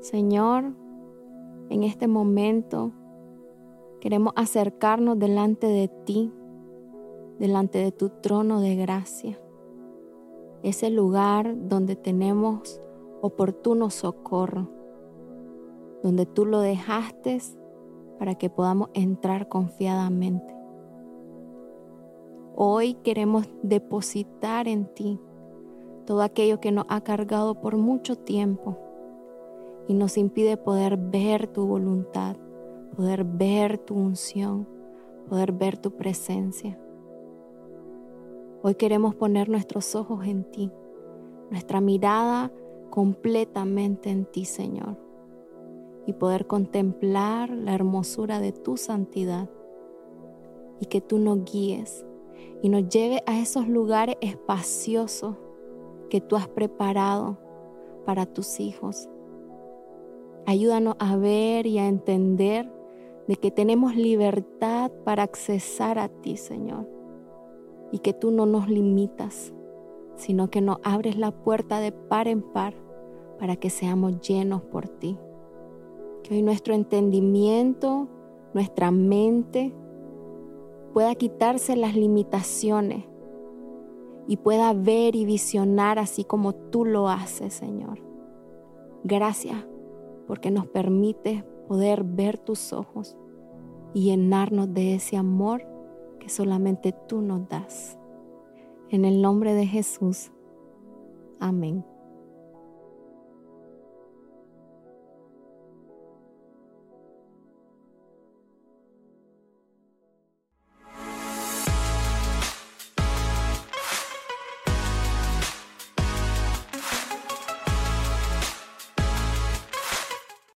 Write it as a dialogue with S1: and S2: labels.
S1: Señor, en este momento queremos acercarnos delante de ti, delante de tu trono de gracia, ese lugar donde tenemos oportuno socorro, donde tú lo dejaste para que podamos entrar confiadamente. Hoy queremos depositar en ti todo aquello que nos ha cargado por mucho tiempo y nos impide poder ver tu voluntad, poder ver tu unción, poder ver tu presencia. Hoy queremos poner nuestros ojos en ti, nuestra mirada completamente en ti, Señor, y poder contemplar la hermosura de tu santidad y que tú nos guíes y nos lleves a esos lugares espaciosos que tú has preparado para tus hijos. Ayúdanos a ver y a entender de que tenemos libertad para accesar a ti, Señor, y que tú no nos limitas, sino que nos abres la puerta de par en par para que seamos llenos por ti. Que hoy nuestro entendimiento, nuestra mente pueda quitarse las limitaciones y pueda ver y visionar así como tú lo haces, Señor. Gracias porque nos permites poder ver tus ojos y llenarnos de ese amor que solamente tú nos das. En el nombre de Jesús. Amén.